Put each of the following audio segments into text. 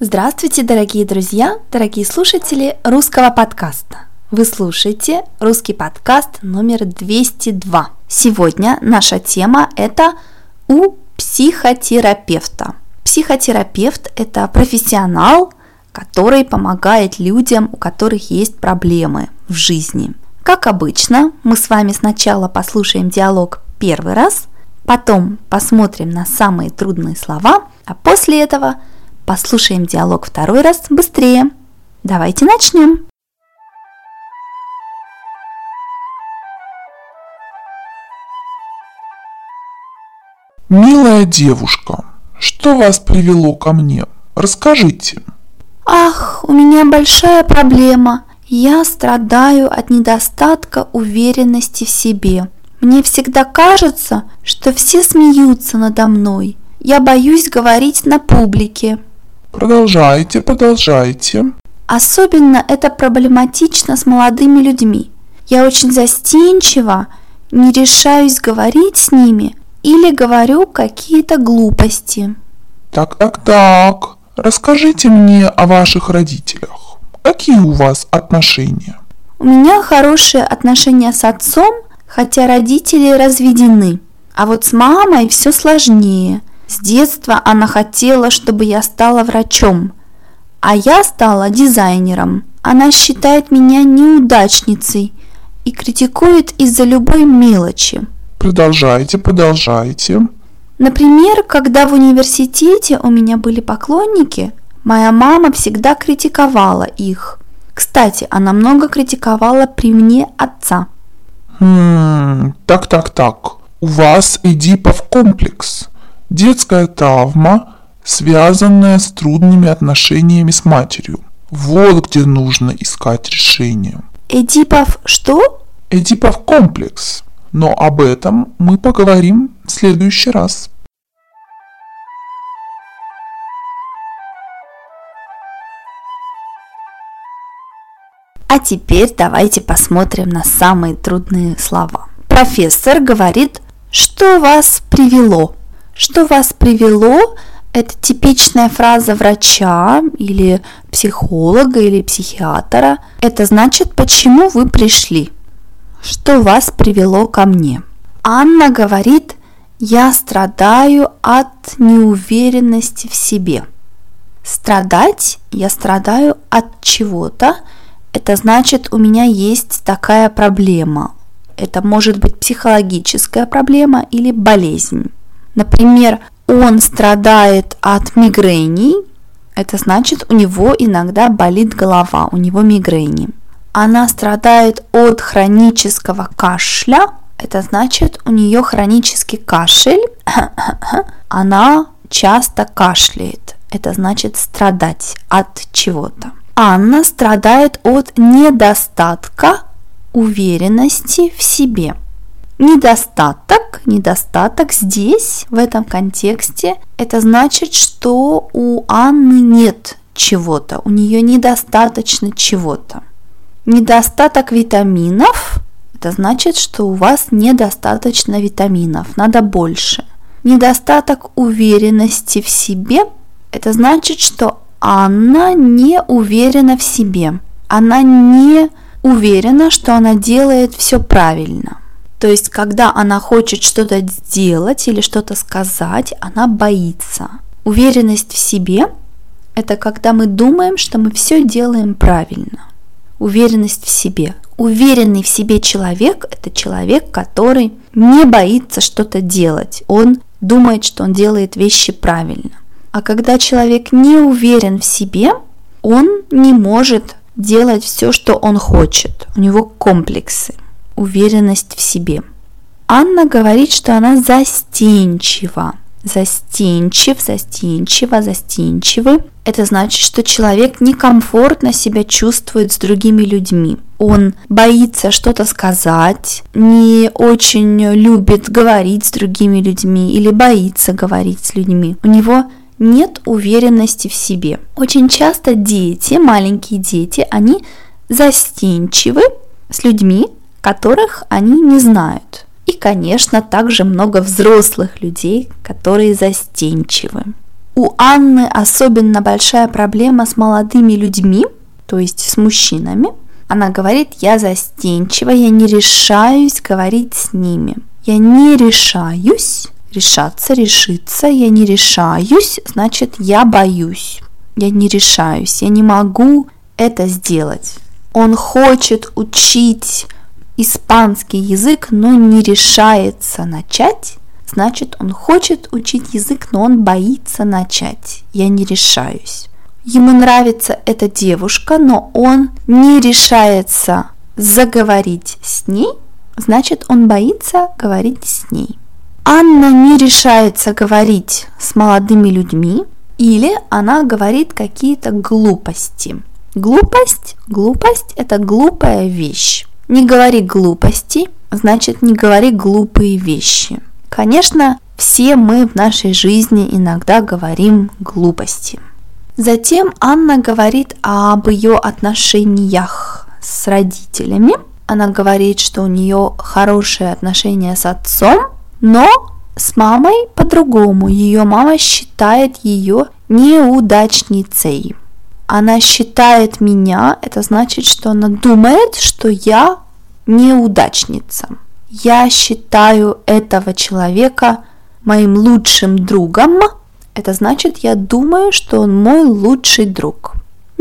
Здравствуйте, дорогие друзья, дорогие слушатели русского подкаста. Вы слушаете русский подкаст номер 202. Сегодня наша тема – это у психотерапевта. Психотерапевт – это профессионал, который помогает людям, у которых есть проблемы в жизни. Как обычно, мы с вами сначала послушаем диалог первый раз, потом посмотрим на самые трудные слова, а после этого послушаем диалог второй раз быстрее. Давайте начнем. Милая девушка, что вас привело ко мне? Расскажите. Ах, у меня большая проблема. Я страдаю от недостатка уверенности в себе. Мне всегда кажется, что все смеются надо мной. Я боюсь говорить на публике. Продолжайте. Особенно это проблематично с молодыми людьми. Я очень застенчива, не решаюсь говорить с ними или говорю какие-то глупости. Так. Расскажите мне о ваших родителях. Какие у вас отношения? У меня хорошие отношения с отцом, хотя родители разведены. А вот с мамой все сложнее. С детства она хотела, чтобы я стала врачом, а я стала дизайнером. Она считает меня неудачницей и критикует из-за любой мелочи. Продолжайте. Например, когда в университете у меня были поклонники, моя мама всегда критиковала их. Кстати, она много критиковала при мне отца. Так. У вас Эдипов комплекс. Детская травма, связанная с трудными отношениями с матерью. Вот где нужно искать решение. Эдипов что? Эдипов комплекс. Но об этом мы поговорим в следующий раз. А теперь давайте посмотрим на самые трудные слова. Профессор говорит, что вас привело. Что вас привело – это типичная фраза врача или психолога или психиатра. Это значит, почему вы пришли. Что вас привело ко мне? Анна говорит, я страдаю от неуверенности в себе. Страдать, я страдаю от чего-то. Это значит, у меня есть такая проблема. Это может быть психологическая проблема или болезнь. Например, он страдает от мигрени. Это значит, у него иногда болит голова, у него мигрени. Она страдает от хронического кашля. Это значит, у нее хронический кашель. Она часто кашляет. Это значит страдать от чего-то. Анна страдает от недостатка уверенности в себе. Недостаток здесь, в этом контексте, это значит, что у Анны нет чего-то, у нее недостаточно чего-то. Недостаток витаминов, это значит, что у вас недостаточно витаминов, надо больше. Недостаток уверенности в себе, это значит, что Анна не уверена в себе. Она не уверена, что она делает все правильно. То есть, когда она хочет что-то сделать или что-то сказать, она боится. Уверенность в себе – это когда мы думаем, что мы все делаем правильно. Уверенность в себе. Уверенный в себе человек – это человек, который не боится что-то делать. Он думает, что он делает вещи правильно. А когда человек не уверен в себе, он не может делать все, что он хочет. У него комплексы. Уверенность в себе. Анна говорит, что она застенчива. Застенчивый. Это значит, что человек некомфортно себя чувствует с другими людьми. Он боится что-то сказать, не очень любит говорить с другими людьми или боится говорить с людьми. У него нет уверенности в себе. Очень часто маленькие дети, они застенчивы с людьми, которых они не знают. И, конечно, также много взрослых людей, которые застенчивы. У Анны особенно большая проблема с молодыми людьми, то есть с мужчинами. Она говорит: я застенчива, я не решаюсь говорить с ними. Я не решаюсь, решаться, решиться, я не решаюсь, значит, я боюсь. Я не решаюсь, я не могу это сделать. Он хочет учить испанский язык, но не решается начать. Значит, он хочет учить язык, но он боится начать. Я не решаюсь. Ему нравится эта девушка, но он не решается заговорить с ней. Значит, он боится говорить с ней. Анна не решается говорить с молодыми людьми, или она говорит какие-то глупости. Глупость – это глупая вещь. Не говори глупости, значит, не говори глупые вещи. Конечно, все мы в нашей жизни иногда говорим глупости. Затем Анна говорит об ее отношениях с родителями. Она говорит, что у нее хорошие отношения с отцом, но с мамой по-другому. Ее мама считает ее неудачницей. Она считает меня, это значит, что она думает, что я неудачница. Я считаю этого человека моим лучшим другом. Это значит, я думаю, что он мой лучший друг.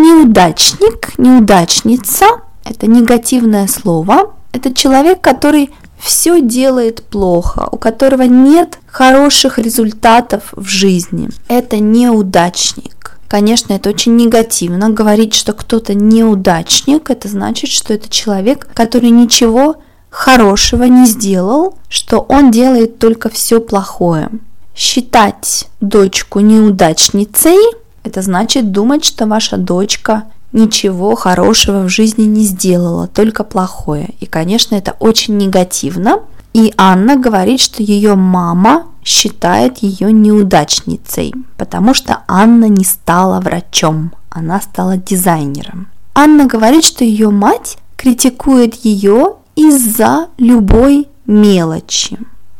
Неудачник, неудачница – это негативное слово. Это человек, который все делает плохо, у которого нет хороших результатов в жизни. Это неудачник. Конечно, это очень негативно. Говорить, что кто-то неудачник, это значит, что это человек, который ничего хорошего не сделал, что он делает только все плохое. Считать дочку неудачницей – это значит думать, что ваша дочка ничего хорошего в жизни не сделала, только плохое. И, конечно, это очень негативно. И Анна говорит, что ее мама считает ее неудачницей, потому что Анна не стала врачом, она стала дизайнером. Анна говорит, что ее мать критикует ее из-за любой мелочи.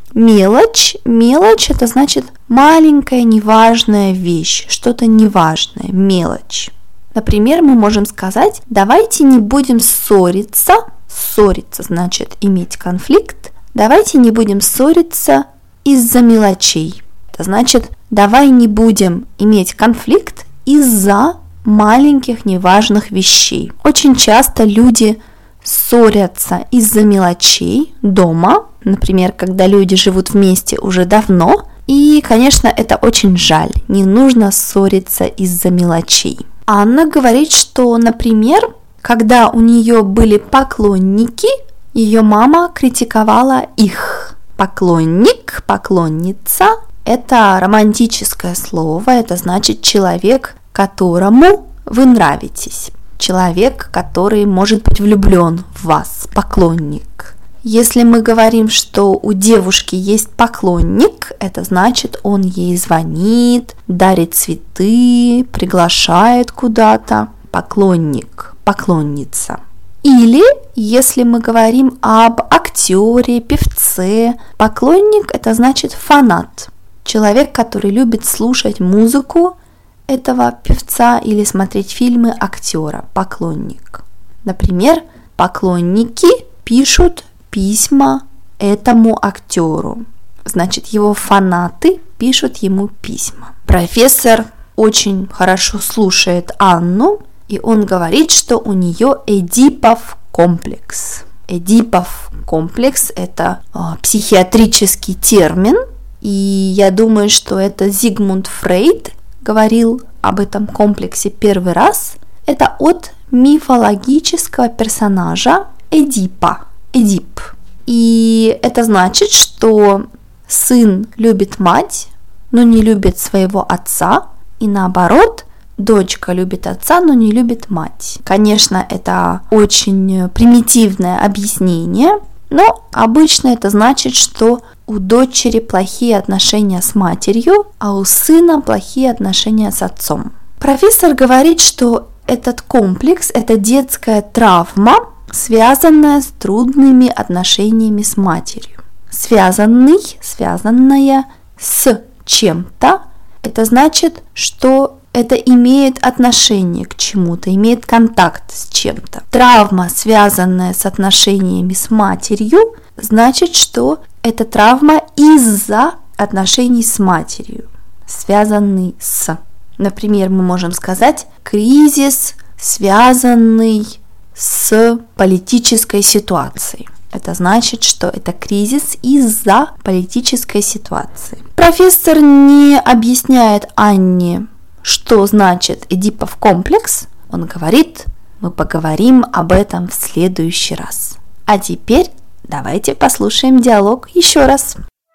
Мелочь – это значит маленькая неважная вещь, что-то неважное, мелочь. Например, мы можем сказать: давайте не будем ссориться. Ссориться значит иметь конфликт. Давайте не будем ссориться из-за мелочей. Это значит, давай не будем иметь конфликт из-за маленьких неважных вещей. Очень часто люди ссорятся из-за мелочей дома, например, когда люди живут вместе уже давно, и, конечно, это очень жаль, не нужно ссориться из-за мелочей. Анна говорит, что, например, когда у нее были поклонники, ее мама критиковала их. Поклонник, поклонница – это романтическое слово, это значит человек, которому вы нравитесь. Человек, который может быть влюблен в вас, поклонник. Если мы говорим, что у девушки есть поклонник, это значит, он ей звонит, дарит цветы, приглашает куда-то. Поклонник, поклонница. Или если мы говорим об актере, певце, поклонник – это значит фанат. Человек, который любит слушать музыку этого певца или смотреть фильмы актера, поклонник. Например, поклонники пишут письма этому актеру. Значит, его фанаты пишут ему письма. Профессор очень хорошо слушает Анну, и он говорит, что у нее Эдипов комплекс. Эдипов комплекс – это психиатрический термин, и я думаю, что это Зигмунд Фрейд говорил об этом комплексе первый раз. Это от мифологического персонажа Эдипа. Эдип. И это значит, что сын любит мать, но не любит своего отца, и наоборот, дочка любит отца, но не любит мать. Конечно, это очень примитивное объяснение, но обычно это значит, что у дочери плохие отношения с матерью, а у сына плохие отношения с отцом. Профессор говорит, что этот комплекс – это детская травма, связанная с трудными отношениями с матерью. Связанная с чем-то Это значит, что это имеет отношение к чему-то, имеет контакт с чем-то. Травма, связанная с отношениями с матерью, значит, что это травма из-за отношений с матерью, связанный с. Например, мы можем сказать кризис, связанный с политической ситуацией. Это значит, что это кризис из-за политической ситуации. Профессор не объясняет Анне, что значит Эдипов комплекс. Он говорит, мы поговорим об этом в следующий раз. А теперь давайте послушаем диалог еще раз.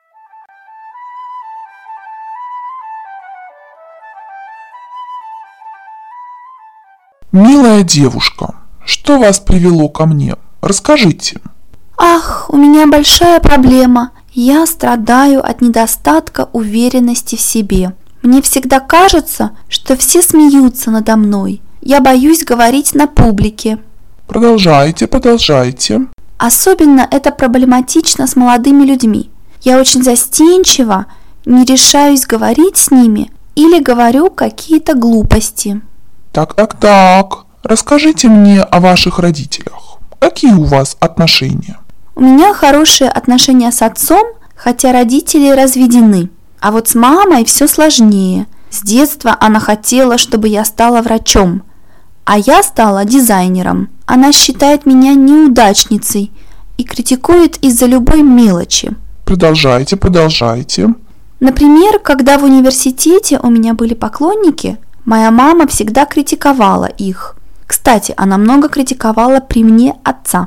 Милая девушка, что вас привело ко мне? Расскажите. Ах, у меня большая проблема. Я страдаю от недостатка уверенности в себе. Мне всегда кажется, что все смеются надо мной. Я боюсь говорить на публике. Продолжайте. Особенно это проблематично с молодыми людьми. Я очень застенчива, не решаюсь говорить с ними или говорю какие-то глупости. Так. Расскажите мне о ваших родителях. Какие у вас отношения? У меня хорошие отношения с отцом, хотя родители разведены. А вот с мамой все сложнее. С детства она хотела, чтобы я стала врачом, а я стала дизайнером. Она считает меня неудачницей и критикует из-за любой мелочи. Продолжайте. Например, когда в университете у меня были поклонники, моя мама всегда критиковала их. Кстати, она много критиковала при мне отца.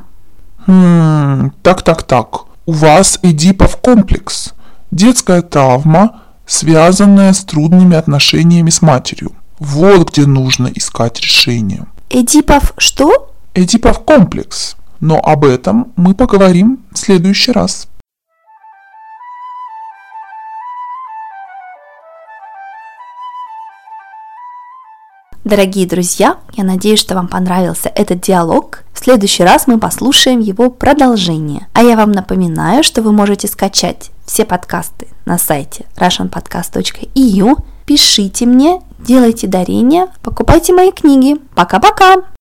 Так. У вас Эдипов комплекс. Детская травма, связанная с трудными отношениями с матерью. Вот где нужно искать решение. Эдипов что? Эдипов комплекс. Но об этом мы поговорим в следующий раз. Дорогие друзья, я надеюсь, что вам понравился этот диалог. В следующий раз мы послушаем его продолжение. А я вам напоминаю, что вы можете скачать все подкасты на сайте russianpodcast.eu. Пишите мне, делайте дарения, покупайте мои книги. Пока-пока!